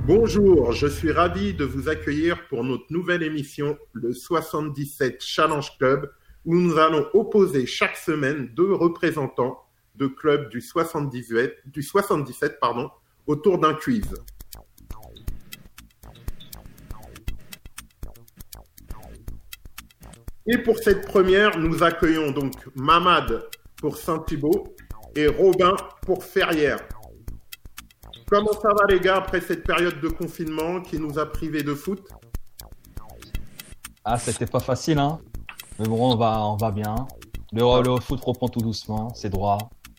Bonjour, je suis ravi de vous accueillir pour notre nouvelle émission, le 77 Challenge Club, où nous allons opposer chaque semaine deux représentants de clubs du 77 autour d'un quiz. Et pour cette première, nous accueillons donc Mamad pour Saint-Thibault et Robin pour Ferrières. Comment ça va les gars après cette période de confinement qui nous a privés de foot? Ah, c'était pas facile, hein. Mais bon, on va bien. Le foot reprend tout doucement, c'est droit.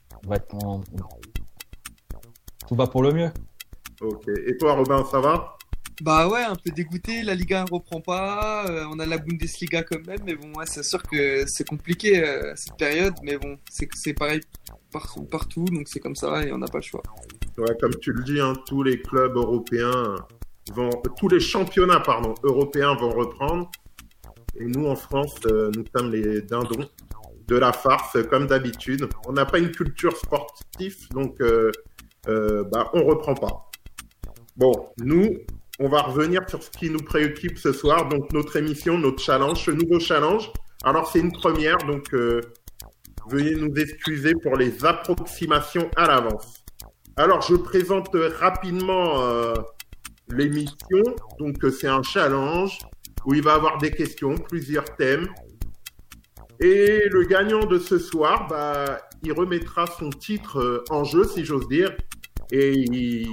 Tout va pour le mieux. Ok. Et toi, Robin, ça va? Bah ouais, un peu dégoûté, la Liga 1 reprend pas, on a la Bundesliga quand même, mais bon, ouais, c'est sûr que c'est compliqué cette période, mais bon, c'est pareil partout, donc c'est comme ça et on n'a pas le choix. Ouais, comme tu le dis, hein, tous les clubs européens tous les championnats européens vont reprendre. Et nous, en France, nous sommes les dindons de la farce, comme d'habitude. On n'a pas une culture sportive, donc on reprend pas. Bon, nous, on va revenir sur ce qui nous préoccupe ce soir, donc notre émission, notre challenge, ce nouveau challenge. Alors, c'est une première, donc veuillez nous excuser pour les approximations à l'avance. Alors, je présente rapidement l'émission. Donc, c'est un challenge où il va y avoir des questions, plusieurs thèmes. Et le gagnant de ce soir, il remettra son titre en jeu, si j'ose dire. Et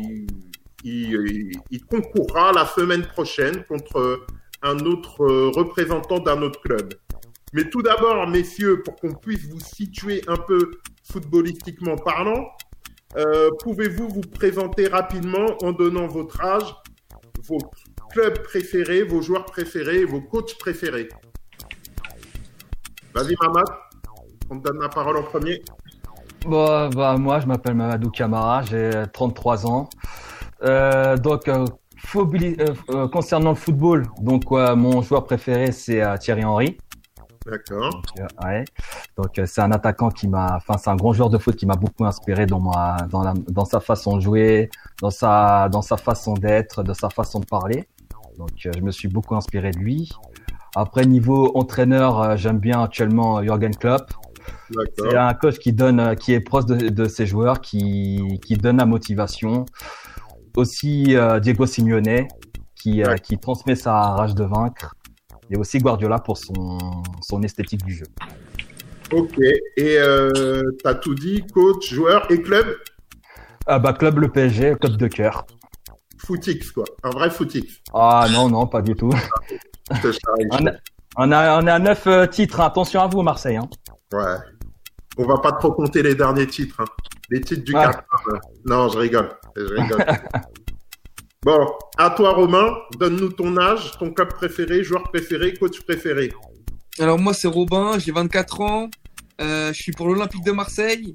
il concourra la semaine prochaine contre un autre représentant d'un autre club. Mais tout d'abord, messieurs, pour qu'on puisse vous situer un peu footballistiquement parlant, pouvez-vous vous présenter rapidement en donnant votre âge, vos clubs préférés, vos joueurs préférés, vos coachs préférés? Vas-y, Mamad, on te donne la parole en premier. Bon, moi, je m'appelle Mamadou Camara, j'ai 33 ans. Concernant le football, mon joueur préféré, c'est Thierry Henry. D'accord. Donc c'est un attaquant c'est un grand joueur de foot qui m'a beaucoup inspiré dans sa façon de jouer, dans sa façon d'être, de sa façon de parler. Donc je me suis beaucoup inspiré de lui. Après niveau entraîneur, j'aime bien actuellement Jürgen Klopp. D'accord. C'est un coach qui est proche de ses joueurs, qui donne la motivation. Aussi Diego Simeone qui transmet sa rage de vaincre. Et aussi Guardiola pour son esthétique du jeu. Ok. Et t'as tout dit, coach, joueur et club? Club le PSG, club de cœur. Footix, quoi. Un vrai footix. Ah non, pas du tout. On a 9 titres. Attention à vous, Marseille. Hein. Ouais. On va pas trop compter les derniers titres. Hein. Les titres du 4. Non, je rigole. Bon, à toi Romain, donne-nous ton âge, ton club préféré, joueur préféré, coach préféré. Alors moi c'est Robin, j'ai 24 ans, je suis pour l'Olympique de Marseille.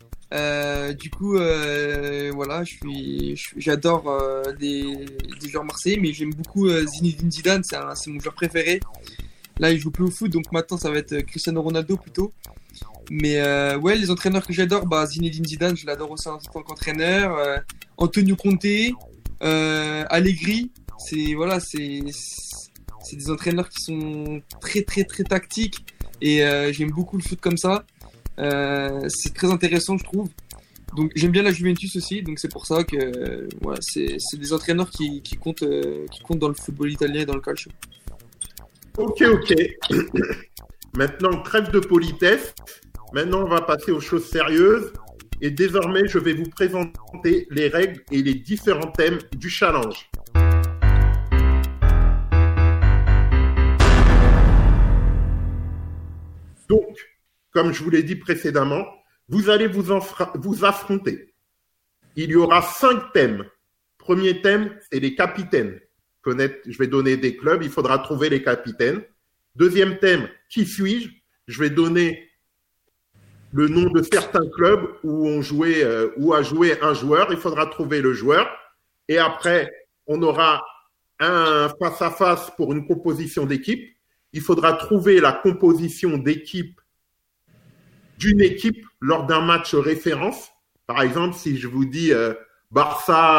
Voilà, j'adore des joueurs marseillais, mais j'aime beaucoup Zinedine Zidane, c'est mon joueur préféré. Là il joue plus au foot, donc maintenant ça va être Cristiano Ronaldo plutôt. Mais les entraîneurs que j'adore, Zinedine Zidane, je l'adore aussi en tant qu'entraîneur. Antonio Conte. Allegri, c'est des entraîneurs qui sont très très très tactiques et j'aime beaucoup le foot comme ça. C'est très intéressant, je trouve. Donc j'aime bien la Juventus aussi, donc c'est pour ça que c'est des entraîneurs qui comptent dans le football italien et dans le calcio. Ok. Maintenant, trêve de politesse. Maintenant, on va passer aux choses sérieuses. Et désormais, je vais vous présenter les règles et les différents thèmes du challenge. Donc, comme je vous l'ai dit précédemment, vous allez vous affronter. Il y aura 5 thèmes. Premier thème, c'est les capitaines. Je vais donner des clubs, il faudra trouver les capitaines. Deuxième thème, qui suis-je? Je vais donner le nom de certains clubs où a joué un joueur, il faudra trouver le joueur. Et après, on aura un face-à-face pour une composition d'équipe. Il faudra trouver la composition d'équipe d'une équipe lors d'un match référence. Par exemple, si je vous dis Barça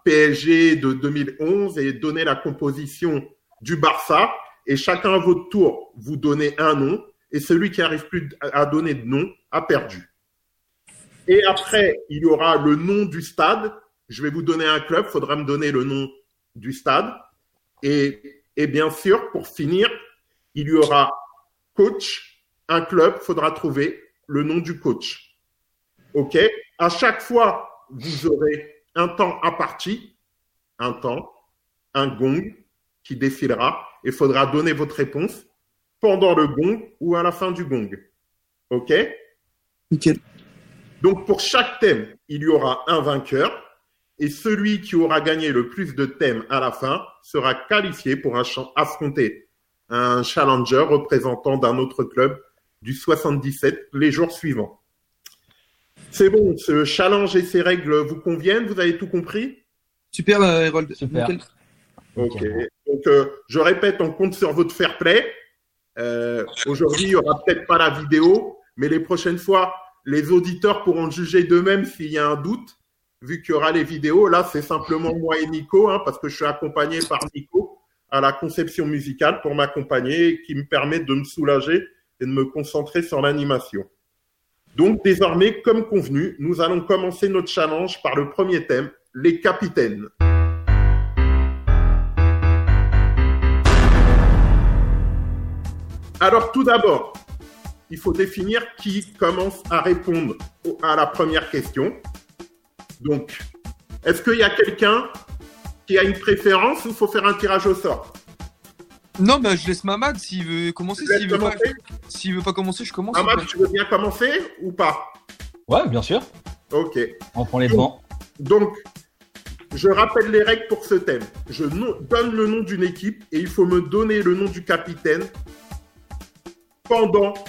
PSG de 2011 et donner la composition du Barça. Et chacun à votre tour, vous donnez un nom. Et celui qui n'arrive plus à donner de nom a perdu. Et après, il y aura le nom du stade. Je vais vous donner un club. Il faudra me donner le nom du stade. Et bien sûr, pour finir, il y aura coach, un club. Il faudra trouver le nom du coach. OK? À chaque fois, vous aurez un temps imparti, un gong qui défilera. Il faudra donner votre réponse pendant le gong ou à la fin du gong. OK? Nickel. Donc, pour chaque thème, il y aura un vainqueur et celui qui aura gagné le plus de thèmes à la fin sera qualifié pour affronter un challenger représentant d'un autre club du 77 les jours suivants. C'est bon, ce challenge et ces règles vous conviennent? Vous avez tout compris? Super, Harold. Super. Nickel. OK. Donc, je répète, on compte sur votre fair play. Aujourd'hui, il n'y aura peut-être pas la vidéo, mais les prochaines fois, les auditeurs pourront juger d'eux-mêmes s'il y a un doute, vu qu'il y aura les vidéos. Là, c'est simplement moi et Nico, parce que je suis accompagné par Nico à la conception musicale pour m'accompagner, qui me permet de me soulager et de me concentrer sur l'animation. Donc, désormais, comme convenu, nous allons commencer notre challenge par le premier thème, les capitaines. Alors, tout d'abord, il faut définir qui commence à répondre à la première question. Donc, est-ce qu'il y a quelqu'un qui a une préférence ou il faut faire un tirage au sort? Non, bah, je laisse Mamad s'il veut commencer. S'il veut pas commencer, je commence. Mamad, tu veux bien commencer ou pas? Ouais, bien sûr. Ok. On prend les devants. Donc, je rappelle les règles pour ce thème. Je donne le nom d'une équipe et il faut me donner le nom du capitaine pendant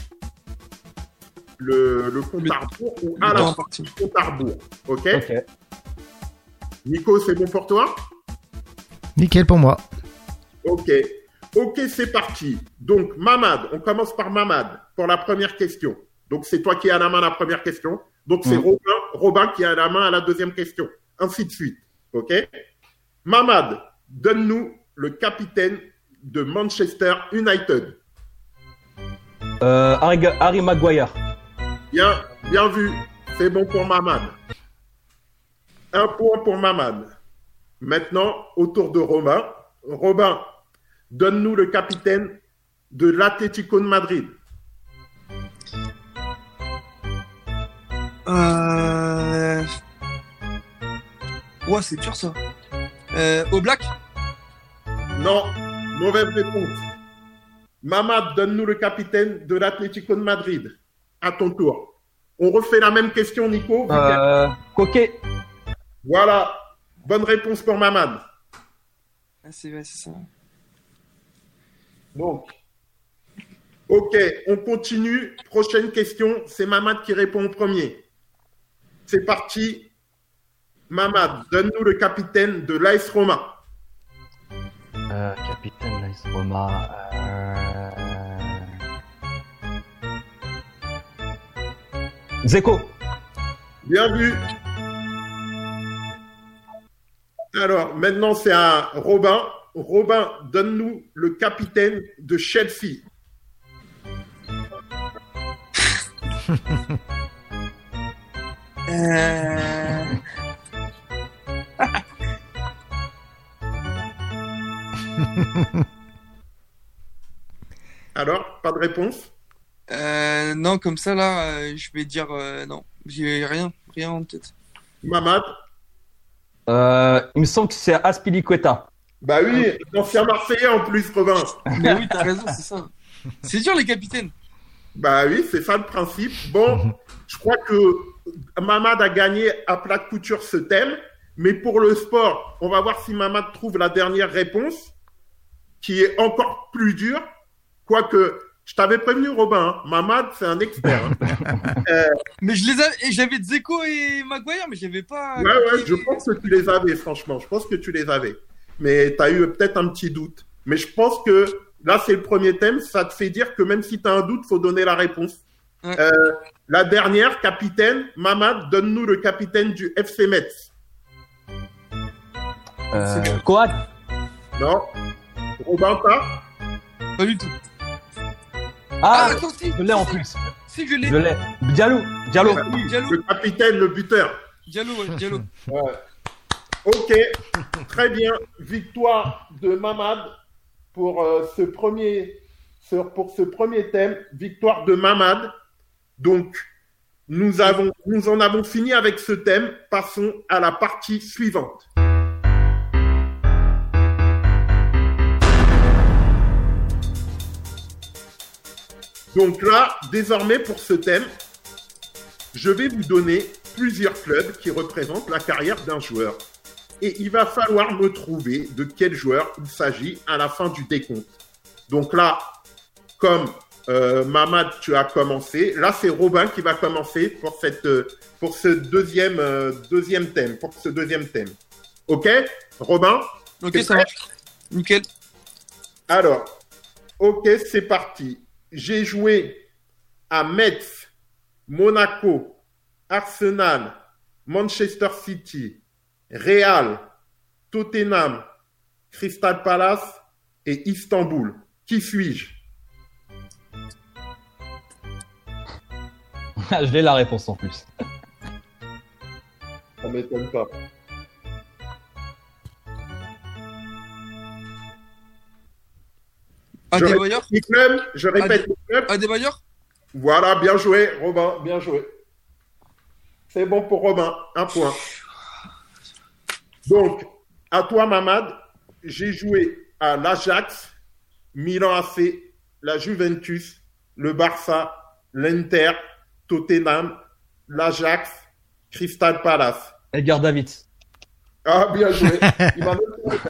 le compte à rebours ou à la fin du compte à rebours. Ok. Nico, c'est bon pour toi? Nickel pour moi. Ok. Ok, c'est parti. Donc, Mamad, on commence par Mamad pour la première question. Donc, c'est toi qui as la main à la première question. Donc, c'est Robin qui a la main à la deuxième question. Ainsi de suite. Ok? Mamad, donne-nous le capitaine de Manchester United. Harry Maguire. Bien vu. C'est bon pour Mamad. 1 point pour Mamad. Maintenant, au tour de Robin. Robin, donne-nous le capitaine de l'Atlético de Madrid. Ouais, c'est dur ça. Oblak? Non, mauvaise réponse. Mamad, donne-nous le capitaine de l'Atlético de Madrid. À ton tour. On refait la même question, Nico. Coquet. Voilà. Bonne réponse pour Mamad. Ah, c'est ça. Donc, ok, on continue. Prochaine question, c'est Mamad qui répond en premier. C'est parti. Mamad, donne-nous le capitaine de l'AS Roma. Capitaine de l'AS Roma. Zeko. Bien vu. Alors, maintenant, c'est à Robin. Robin, donne-nous le capitaine de Chelsea. Alors, pas de réponse? Non, comme ça, là, je vais dire non. J'ai rien en tête. Mamad? Il me semble que c'est Azpilicueta. Bah oui, l'ancien Marseillais en plus, Robin. Mais oui, t'as raison, c'est ça. C'est dur, les capitaines. Bah oui, c'est ça le principe. Bon, je crois que Mamad a gagné à plat de couture ce thème. Mais pour le sport, on va voir si Mamad trouve la dernière réponse, qui est encore plus dure. Quoique, je t'avais prévenu, Robin, hein, Mamad, c'est un expert. Hein. Mais j'avais Zeko et Maguire, mais j'avais pas. Ouais, je pense que tu les avais, franchement. Je pense que tu les avais. Mais tu as eu peut-être un petit doute. Mais je pense que là, c'est le premier thème. Ça te fait dire que même si tu as un doute, il faut donner la réponse. Ouais. La dernière, capitaine, Mamad, donne-nous le capitaine du FC Metz. c'est bien. Coad. Non. Robin, pas? Pas du tout. Ah, attends, si. je l'ai en plus. Si, je l'ai. Je l'ai. Diallo. Oui, Diallo. Le capitaine, le buteur. Diallo, ouais, Diallo. Ouais. Ok, très bien. Victoire de Mamad pour ce premier thème. Victoire de Mamad. Donc, nous en avons fini avec ce thème. Passons à la partie suivante. Donc là, désormais pour ce thème, je vais vous donner plusieurs clubs qui représentent la carrière d'un joueur. Et il va falloir me trouver de quel joueur il s'agit à la fin du décompte. Donc là, comme Mamad, tu as commencé, là c'est Robin qui va commencer pour ce deuxième thème. Ok, Robin? Ok, ça marche. Nickel. Alors, ok, c'est parti. J'ai joué à Metz, Monaco, Arsenal, Manchester City, Real, Tottenham, Crystal Palace et Istanbul. Qui suis-je? Je l'ai la réponse en plus. Ça m'étonne pas. Adebayor. Je répète le club. Adebayor. Voilà, bien joué, Robin, bien joué. C'est bon pour Robin, un point. Donc, à toi, Mamad, j'ai joué à l'Ajax, Milan AC, la Juventus, le Barça, l'Inter, Tottenham, l'Ajax, Crystal Palace. Edgar Davids. Ah, bien joué. Il m'a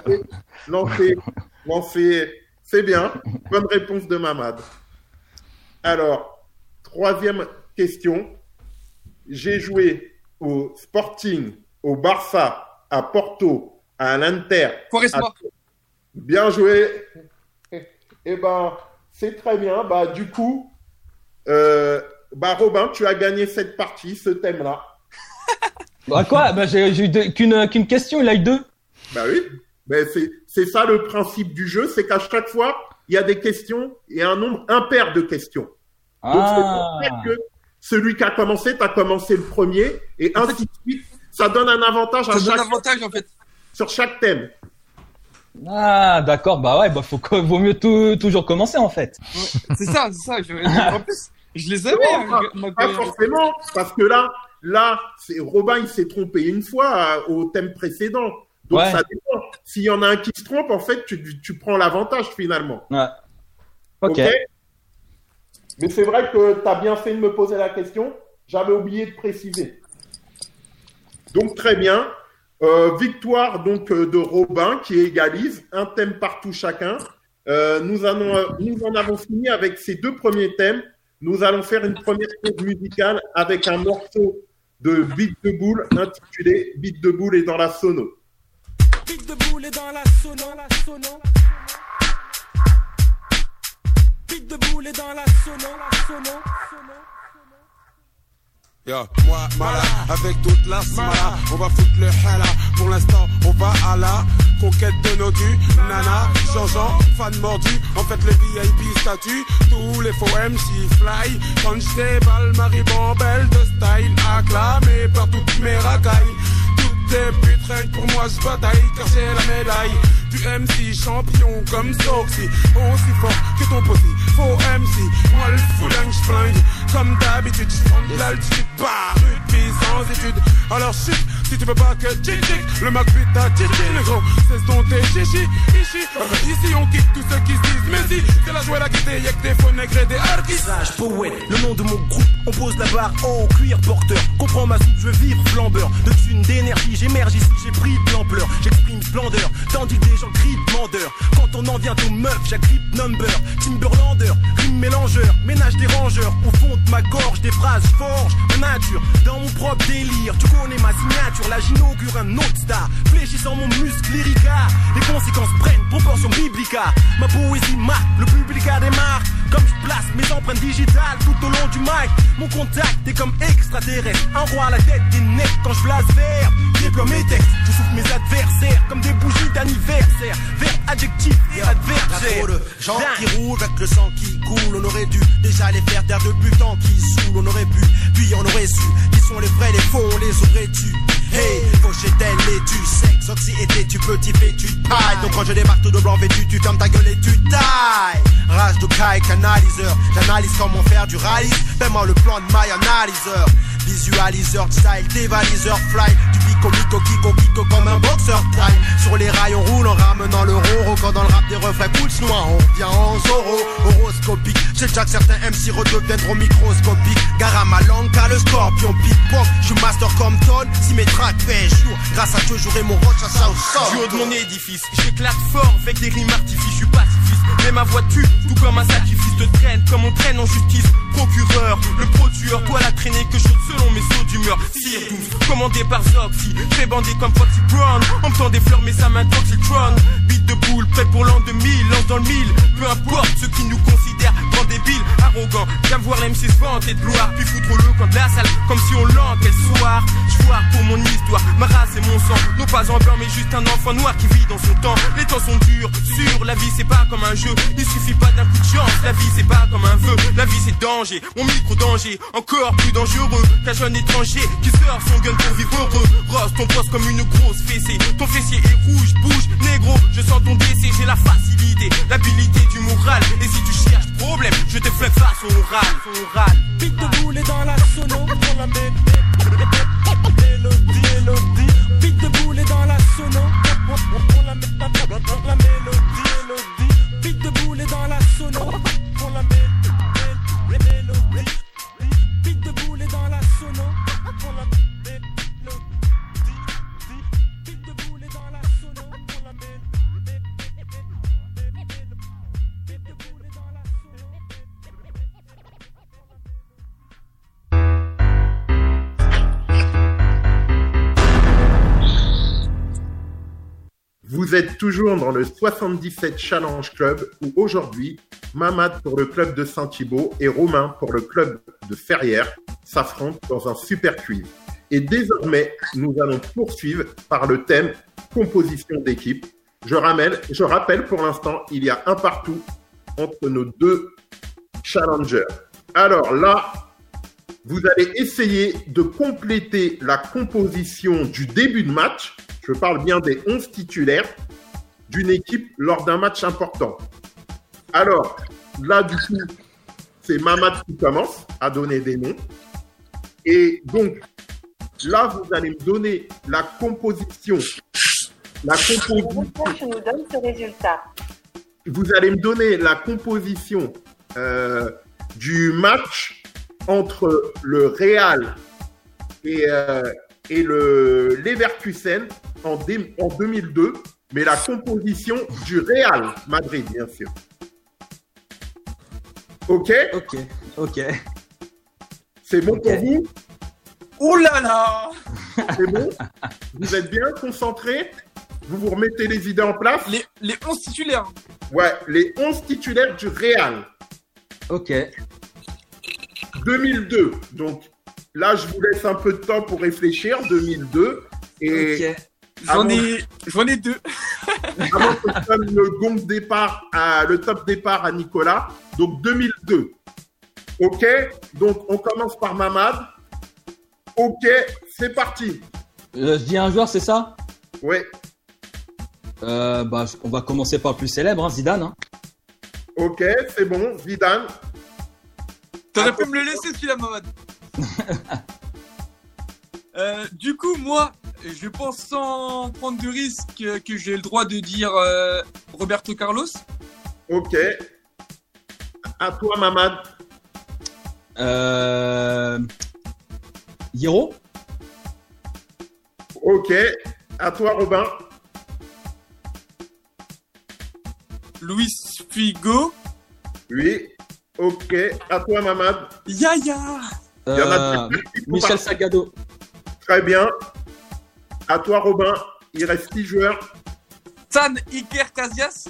lancé. C'est bien. Bonne réponse de Mamad. Alors, troisième question. J'ai joué au Sporting, au Barça, à Porto, à l'Inter. Quaresma. Bien joué. Eh ben, c'est très bien. Bah, du coup, Robin, tu as gagné cette partie, ce thème-là. Bah quoi? Bah j'ai eu qu'une question, il a eu deux. Bah oui. Mais c'est ça le principe du jeu, c'est qu'à chaque fois, il y a des questions et un nombre impair de questions. Donc, c'est pour ça que celui qui a commencé, t'as commencé le premier, et ainsi de suite. Ça donne un avantage en fait. Sur chaque thème. Ah, d'accord, bah ouais, vaut mieux toujours commencer, en fait. Ouais, c'est ça. En plus, je les avais. Pas forcément, parce que là, c'est Robin, il s'est trompé une fois au thème précédent. Donc, ça dépend. S'il y en a un qui se trompe, en fait, tu prends l'avantage, finalement. Ouais. Ok. Mais c'est vrai que tu as bien fait de me poser la question. J'avais oublié de préciser. Donc, très bien. Victoire donc de Robin qui égalise. Un thème partout chacun. Nous en avons fini avec ces deux premiers thèmes. Nous allons faire une première pause musicale avec un morceau de Beat de Boule intitulé Beat de Boule est dans la sono. Beat de Boule est dans la sono. Beat de Boule est dans la sono. Yo, moi, mala, avec toute la smala, on va foutre le hala. Pour l'instant, on va à la conquête de nos dus. Nana, Jean-Jean, fan mordu. En fait, le VIP statut, tous les faux MC fly. Quand je déballe, Marie Bambelle de style acclamé par toutes mes racailles. Toutes des putes, rien que pour moi, je bataille, car j'ai la médaille. Du MC champion comme Soxy, aussi fort que ton posi. Faux MC, moi le fouling, j'flingue. Comme d'habitude, j'prends de l'altitude, bah, rugby sans études. Alors chut, si tu veux pas que tchic-tchic, le Mac pute ta tchic le gros, cesse donc tes chichi, ici. Ici on kick tous ceux qui se disent, mais si, c'est la joie la guité, y'a que des faux nègres et des harkis. Sage, poète, le nom de mon groupe, on pose la barre en cuir porteur. Comprends ma soupe, je veux vivre flambeur. De thunes, d'énergie, j'émerge ici, j'ai pris de l'ampleur. J'exprime splendeur, tandis que des gens crient demandeur. Quand on en vient aux meufs, j'agrippe number. Timberlander, rime mélangeur, ménage des rangeurs. Au fond de ma gorge, des phrases forge ma nature, dans mon propre délire. Tu connais ma signature, là j'inaugure un autre star. Fléchissant mon muscle lyrica, les conséquences prennent proportion biblica. Ma poésie marque, le public a des marques. Comme je place mes empreintes digitales tout au long du mic. Mon contact est comme extraterrestre, un roi à la tête des necks quand je blasphème. Déploie mes textes, je souffle mes adversaires comme des bougies Gens qui roulent avec le sang qui coule. On aurait dû déjà les faire taire de butants qui saoulent. On aurait pu, puis on aurait su. Qui sont les vrais, les faux, on les aurait tus. Hey, Fauchetel et tu sexe, anxiété, tu petit fais, tu tailles. Donc quand je débarque tout de blanc vêtu, tu fermes ta gueule et tu tailles. Rage de Kai, canaliseur, j'analyse comment faire du rallye. Fais-moi le plan de my analyseur. Visualiseur, style, dévaliseur, fly. Du pico, kiko comme un boxeur taille. Sur les rails on roule en ramenant le roro. Quand dans le rap des refrains poussent loin, on revient en Zoro. Horoscopique, j'ai déjà que certains MC redeviendront microscopiques. Gare à ma langue, car le scorpion pickpock. J'suis master comme Todd, si mes tracks pêchent jour. Grâce à Dieu, j'aurai mon roche à ça au sol. Du haut de mon édifice, j'éclate fort avec des rimes artifices. J'suis pacifiste, mais ma voix tue, tout comme un sacrifice. Te traîne comme on traîne en justice. Procureur, le pro-tueur, toi la traînée que je selon mes sauts d'humeur. Sire 12, commandé par Zoxy, fait bandé comme Foxy Brown. En me tend des fleurs mais ça m'intoxictronne. Beat de boule, prêt pour l'an 2000, lance dans le mille. Peu importe ceux qui nous considèrent grands débiles, arrogants. J'aime voir l'MC se vanter de gloire, puis foutre le camp de la salle comme si on l'enquait le soir. J'foire pour mon histoire, ma race et mon sang. Non pas en blanc mais juste un enfant noir qui vit dans son temps. Les temps sont durs, sûrs, la vie c'est pas comme un jeu. Il suffit pas d'un coup de chance, la vie c'est pas comme un vœu. La vie c'est danger, mon micro-danger, encore plus dangereux qu'un jeune étranger qui sort son gun pour vivre heureux. Rose ton poste comme une grosse fessée, ton fessier est rouge, bouge, négro, je sens ton décès, j'ai la facilité, l'habilité du moral. Et si tu cherches problème, je te flingue face au oral. Pique de boulet dans la sono, pour la mélodie. Pique de boulet dans la sono, pour la mélodie. Pique de boulet dans la sono, pour la mélodie. Pique de boulet dans la sono, pour la mélodie. Pique de boulet dans la sono, pour la mélodie. Vous êtes toujours dans le 77 Challenge Club où aujourd'hui, Mamad pour le club de Saint-Thibault et Romain pour le club de Ferrières s'affrontent dans un super quiz. Et désormais, nous allons poursuivre par le thème composition d'équipe. Je rappelle pour l'instant, il y a un partout entre nos deux challengers. Alors là, vous allez essayer de compléter la composition du début de match. Je parle bien des 11 titulaires d'une équipe lors d'un match important. Alors, là, du coup, c'est Mamad qui commence à donner des noms. Et donc, là, vous allez me donner la composition. Tu nous donnes ce résultat. Vous allez me donner la composition du match entre le Real et le Leverkusen en 2002, mais la composition du Real Madrid, bien sûr. Ok. C'est bon pour vous? Oh là là! C'est bon? Vous êtes bien concentrés? Vous vous remettez les idées en place? Les 11 titulaires. Ouais, les 11 titulaires du Real. Ok. 2002. Donc là, je vous laisse un peu de temps pour réfléchir. 2002. Et Ok. J'en ai deux. avant que je donne le gong départ, le top départ à Nicolas. Donc 2002. Ok. Donc on commence par Mamad. Ok, c'est parti. Je dis un joueur, c'est ça? Ouais. On va commencer par le plus célèbre, Zidane. Hein. Ok, c'est bon. Zidane. T'aurais pu me le laisser celui-là, Mamad. Du coup, moi, je pense sans prendre de risque que j'ai le droit de dire Roberto Carlos. Ok. À toi, Mamad. Hiro. Ok. À toi, Robin. Luis Figo. Oui. Ok. À toi, Mamad. Yaya. Il y en a Michel Salgado. Très bien. À toi, Robin. Il reste 6 joueurs. San Iker Casillas.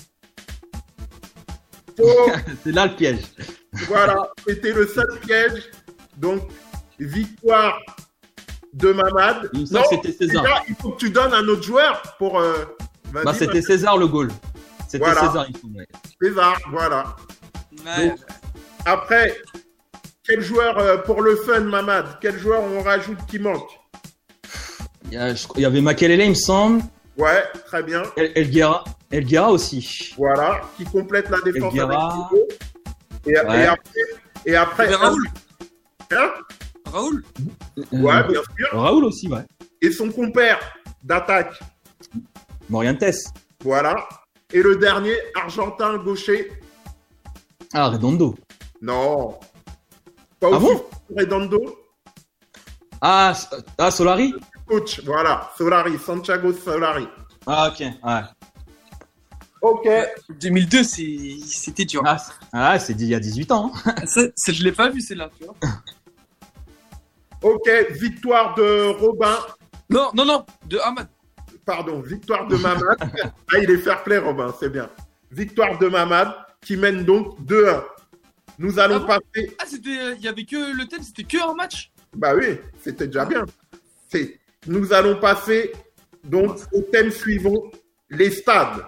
Oh, C'est là le piège. voilà. C'était le seul piège. Donc, victoire de Mamad. Ça, c'était César. Déjà, il faut que tu donnes un autre joueur pour... vas-y, C'était Mamad. César le goal. C'était Voilà. César, il faut. Ouais. César, voilà. Ouais. Donc, après, quel joueur pour le fun, Mamad? Quel joueur on rajoute qui manque? Il y avait Makelele, il me semble. Ouais, très bien. Elguera aussi. Voilà, qui complète la défense Elguera. avec Hugo. Ouais. Et après Mais Raoul. Hein? Raoul. Ouais, bien sûr. Raoul aussi, ouais. Et son compère d'attaque. Morientes. Voilà. Et le dernier, argentin gaucher. Ah, Redondo. Non. Pas Ah aussi bon? Redondo. Ah, Solari. Coach, voilà. Solari, Santiago Solari. Ah, ok. Ouais. Ok. 2002, c'était dur. C'est il y a 18 ans. Hein. Je l'ai pas vu, celle-là, tu vois. Ok, victoire de Robin. Non, de Hamad. Pardon, victoire de Mamad. Ah, il est fair play, Robin, c'est bien. Victoire de Mamad qui mène donc 2-1. Nous allons passer. Ah, il y avait que le thème, c'était que un match. Bah oui, c'était déjà bien. Nous allons passer donc au thème suivant, les stades.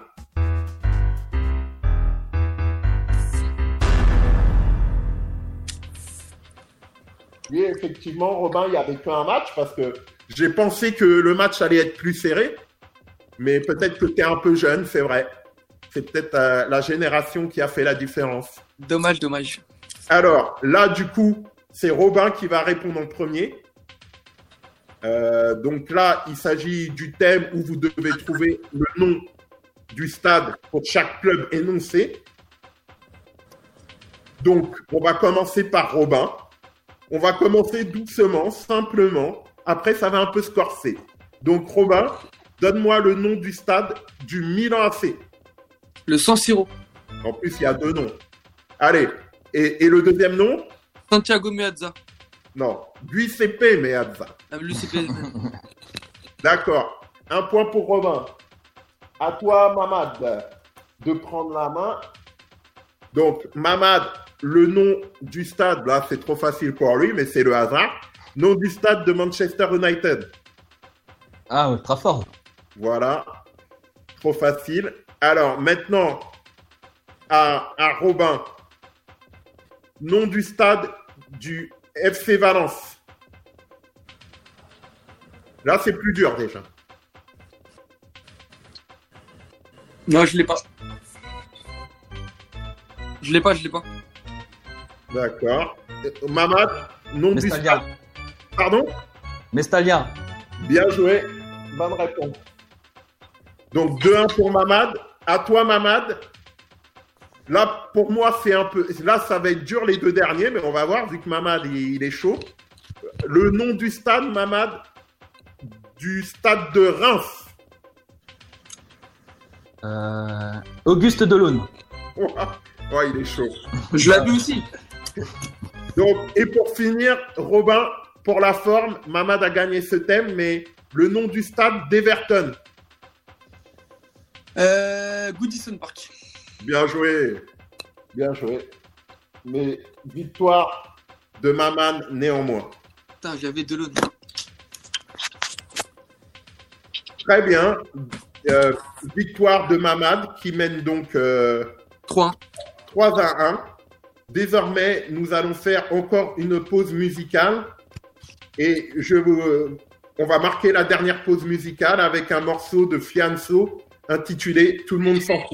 Oui, effectivement, Robin, il n'y avait qu'un match parce que j'ai pensé que le match allait être plus serré, mais peut-être que tu es un peu jeune, c'est vrai. C'est peut-être la génération qui a fait la différence. Dommage. Alors, là, du coup, c'est Robin qui va répondre en premier. Donc là, il s'agit du thème où vous devez trouver le nom du stade pour chaque club énoncé. Donc, on va commencer par Robin. On va commencer doucement, simplement. Après, ça va un peu se corser. Donc, Robin, donne-moi le nom du stade du Milan AC. Le San Siro. En plus, il y a 2 noms. Allez, et le deuxième nom? Santiago Meazza. Non, Giuseppe Meazza. L'UCP. D'accord. Un point pour Robin. À toi, Mamad, de prendre la main. Donc, Mamad, le nom du stade, là, c'est trop facile pour lui, mais c'est le hasard. Nom du stade de Manchester United. Ah, Trafford. Voilà. Trop facile. Alors, maintenant, à Robin. Nom du stade du FC Valence. Là, c'est plus dur, déjà. Non, je l'ai pas. Je l'ai pas. D'accord. Mamad, nom du Mestalia. stade. Pardon? Mestalia. Bien joué. Bonne réponse. Donc 2-1 pour Mamad. À toi, Mamad. Là, pour moi, c'est un peu. Là, ça va être dur les 2 derniers, mais on va voir, vu que Mamad, il est chaud. Le nom du stade, Mamad, du stade de Reims. Auguste Delaune. Ouais, il est chaud. Je l'ai vu aussi. Donc, et pour finir, Robin, pour la forme, Mamad a gagné ce thème, mais le nom du stade d'Everton. Goodison Park. Bien joué. Bien joué. Mais victoire de Mamad néanmoins. Putain, j'avais de l'eau. Très bien. Victoire de Mamad qui mène donc 3-1. 3-1. Désormais, nous allons faire encore une pause musicale. Et on va marquer la dernière pause musicale avec un morceau de Fianso intitulé « Tout le monde s'en fout ».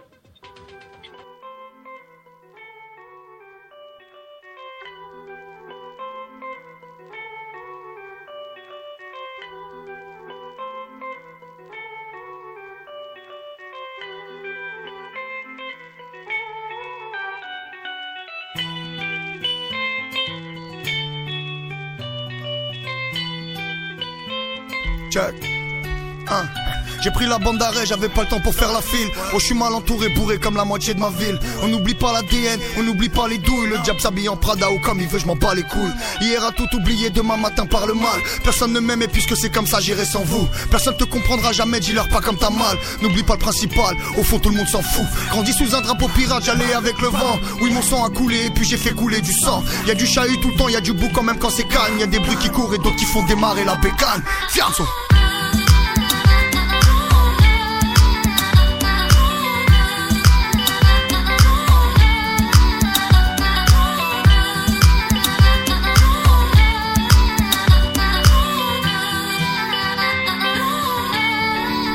Check. J'ai pris la bande d'arrêt, j'avais pas le temps pour faire la file. Oh, je suis mal entouré, bourré comme la moitié de ma ville. On n'oublie pas l'ADN, on n'oublie pas les douilles. Le diable s'habille en Prada ou comme il veut, je m'en bats les couilles. Hier a tout oublié, demain matin par le mal. Personne ne m'aime et puisque c'est comme ça, j'irai sans vous. Personne te comprendra jamais, dis-leur pas comme t'as mal. N'oublie pas le principal, au fond tout le monde s'en fout. Grandi sous un drapeau pirate, j'allais avec le vent. Oui, mon sang a coulé et puis j'ai fait couler du sang. Y'a du chahut tout le temps, y'a du bout quand même quand c'est calme. Y'a des bruits qui courent et d'autres qui font démarrer la bécane. Fianso.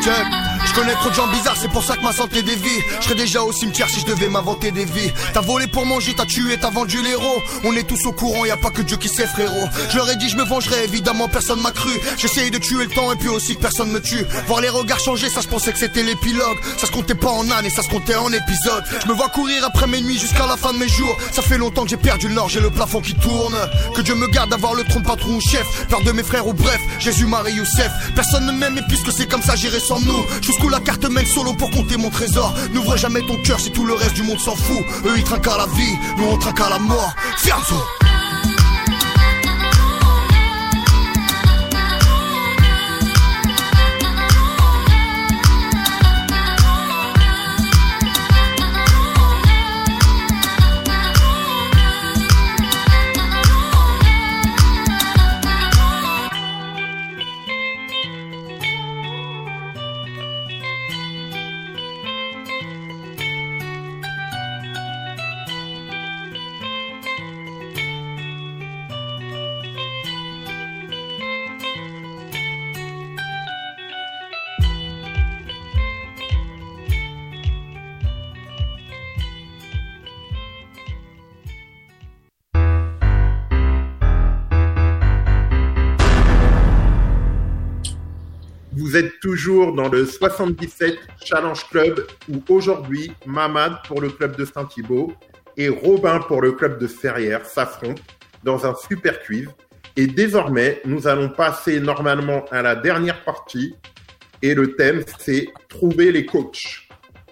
Check. Je connais trop de gens bizarres, c'est pour ça que ma santé dévie. Je serais déjà au cimetière si je devais m'inventer des vies. T'as volé pour manger, t'as tué, t'as vendu l'héros. On est tous au courant, y a pas que Dieu qui sait frérot. Je leur ai dit je me vengerai, évidemment personne m'a cru. J'essayais de tuer le temps et puis aussi que personne me tue. Voir les regards changer, ça je pensais que c'était l'épilogue. Ça se comptait pas en années, ça se comptait en épisodes. Je me vois courir après mes nuits jusqu'à la fin de mes jours. Ça fait longtemps que j'ai perdu le nord, j'ai le plafond qui tourne. Que Dieu me garde d'avoir le trône patron ou chef. Peur de mes frères ou bref, Jésus, Marie, Youssef. Personne ne m'aime et puisque c'est comme ça j'irai sans nous. Jusqu'où la carte mène solo pour compter mon trésor. N'ouvre jamais ton cœur si tout le reste du monde s'en fout. Eux ils trinquent à la vie, nous on trinque à la mort. Fianzo. Vous êtes toujours dans le 77 Challenge Club où aujourd'hui, Mamad pour le club de Saint-Thibault et Robin pour le club de Ferrières s'affrontent dans un super quiz. Et désormais, nous allons passer normalement à la dernière partie et le thème, c'est trouver les coachs.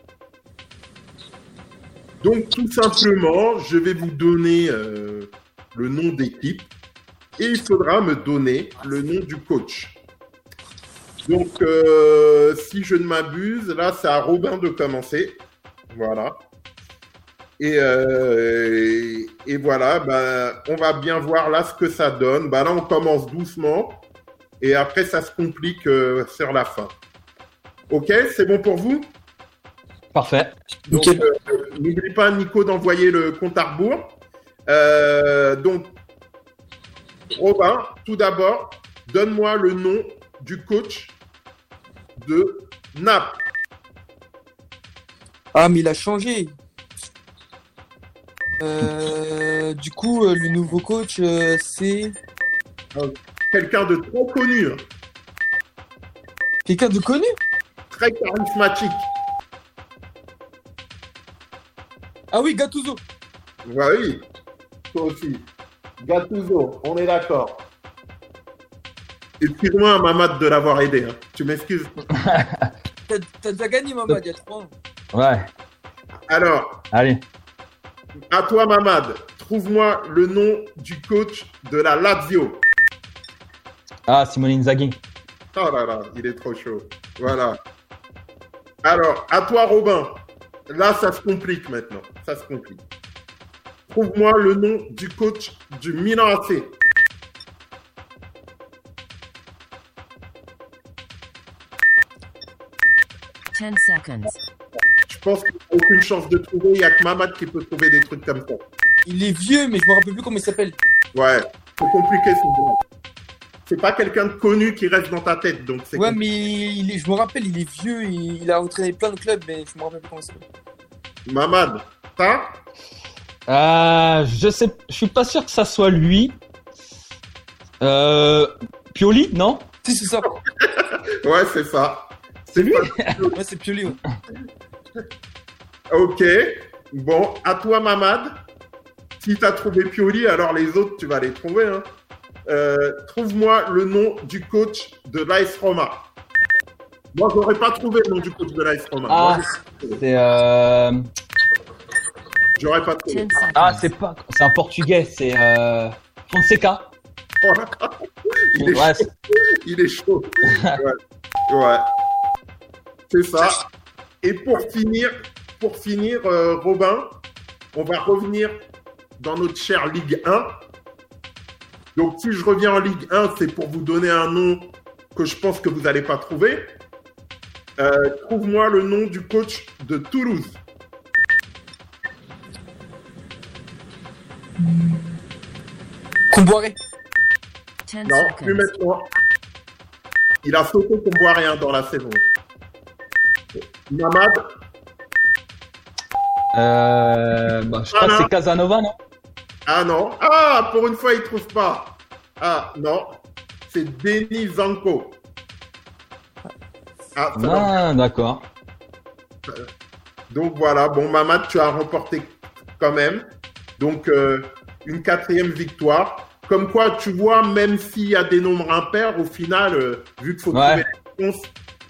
Donc, tout simplement, je vais vous donner le nom d'équipe et il faudra me donner le nom du coach. Donc, si je ne m'abuse, là, c'est à Robin de commencer. Voilà. Et voilà, on va bien voir là ce que ça donne. Là, on commence doucement. Et après, ça se complique sur la fin. OK, c'est bon pour vous? Parfait. Donc, n'oublie pas, Nico, d'envoyer le compte à rebours. Donc, Robin, tout d'abord, donne-moi le nom du coach de Naples. Ah, mais il a changé. Du coup, le nouveau coach, c'est... Quelqu'un de trop connu. Quelqu'un de connu? Très charismatique. Ah oui, Gattuso. Ouais, oui, toi aussi. Gattuso, on est d'accord. Excuse-moi, Mamad, de l'avoir aidé. Hein. Tu m'excuses. T'as déjà gagné, Mamad, il y a 3 ans. Ouais. Alors, allez. À toi, Mamad. Trouve-moi le nom du coach de la Lazio. Ah, Simone Inzaghi. Oh là là, il est trop chaud. Voilà. Alors, à toi, Robin. Là, ça se complique maintenant. Ça se complique. Trouve-moi le nom du coach du Milan AC. Je pense qu'il n'y a aucune chance de trouver. Il n'y a que Mamad qui peut trouver des trucs comme ça. Il est vieux, mais je me rappelle plus comment il s'appelle. Ouais, c'est compliqué ce nom. C'est pas quelqu'un de connu qui reste dans ta tête, donc c'est. Ouais, compliqué. Mais je me rappelle, il est vieux, il a entraîné plein de clubs, mais je me rappelle plus comment il s'appelle. Mamad, t'as je suis pas sûr que ça soit lui. Pioli, non? Si, c'est ça. Ouais, c'est ça. C'est lui? Ouais, c'est Pioli. Ouais. Ok. Bon, à toi, Mamad. Si t'as trouvé Pioli, alors les autres, tu vas les trouver. Hein. Trouve-moi le nom du coach de l'AS Roma. Moi, j'aurais pas trouvé le nom du coach de l'AS Roma. Ah, moi, c'est J'aurais pas trouvé. Ah, c'est un portugais, c'est Fonseca. Oh là là. Il est chaud. Ouais. C'est ça. Et pour finir, Robin, on va revenir dans notre chère Ligue 1. Donc, si je reviens en Ligue 1, c'est pour vous donner un nom que je pense que vous n'allez pas trouver. Trouve-moi le nom du coach de Toulouse. Comboiré. Non, plus maintenant. Il a sauté Comboiré dans la saison. Mamad. Je crois que c'est Casanova, non? Ah non. Ah, pour une fois, il trouve pas. Ah non. C'est Denis Zanko. Ah, d'accord. Donc voilà, bon Mamad, tu as remporté quand même. Donc une 4e victoire. Comme quoi, tu vois, même s'il y a des nombres impairs, au final, vu qu'il faut trouver les réponses,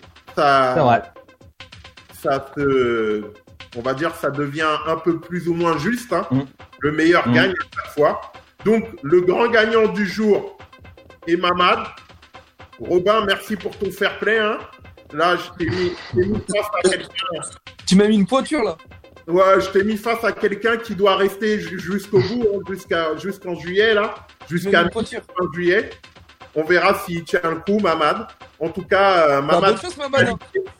on va dire, ça devient un peu plus ou moins juste. Hein. Le meilleur gagne à chaque fois. Donc le grand gagnant du jour est Mamad. Robin, merci pour ton fair play. Hein. Là, je t'ai mis face à quelqu'un. Tu m'as mis une pointure là. Ouais, je t'ai mis face à quelqu'un qui doit rester jusqu'au bout, hein, jusqu'en juillet là, jusqu'à fin juillet. On verra s'il tient le coup, Mamad. En tout cas, Mamad. Bonne chance, Mamad.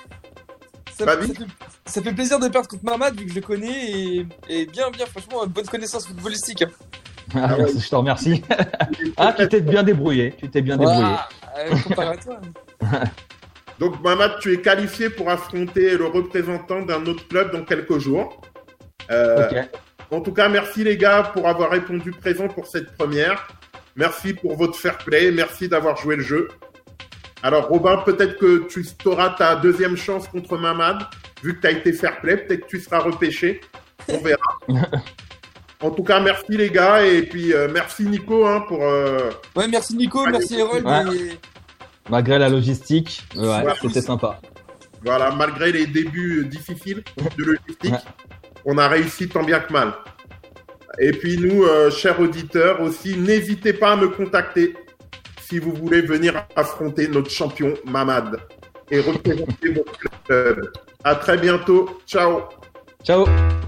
Ça fait plaisir de perdre contre Mamad vu que je le connais et bien, franchement, bonne connaissance footballistique. Ah ouais. Je te remercie. Tu t'es bien débrouillé. Comparé à toi. Donc, Mamad, tu es qualifié pour affronter le représentant d'un autre club dans quelques jours. En tout cas, merci les gars pour avoir répondu présent pour cette première. Merci pour votre fair play. Merci d'avoir joué le jeu. Alors, Robin, peut-être que tu auras ta 2e chance contre Mamad. Vu que tu as été fair play, peut-être que tu seras repêché. On verra. En tout cas, merci les gars. Et puis, merci Nico pour... Ouais, merci Nico, merci Harold. Malgré la logistique, c'était sympa. Voilà, malgré les débuts difficiles de logistique, on a réussi tant bien que mal. Et puis nous, chers auditeurs aussi, n'hésitez pas à me contacter si vous voulez venir affronter notre champion Mamad et représenter votre club. À très bientôt. Ciao. Ciao.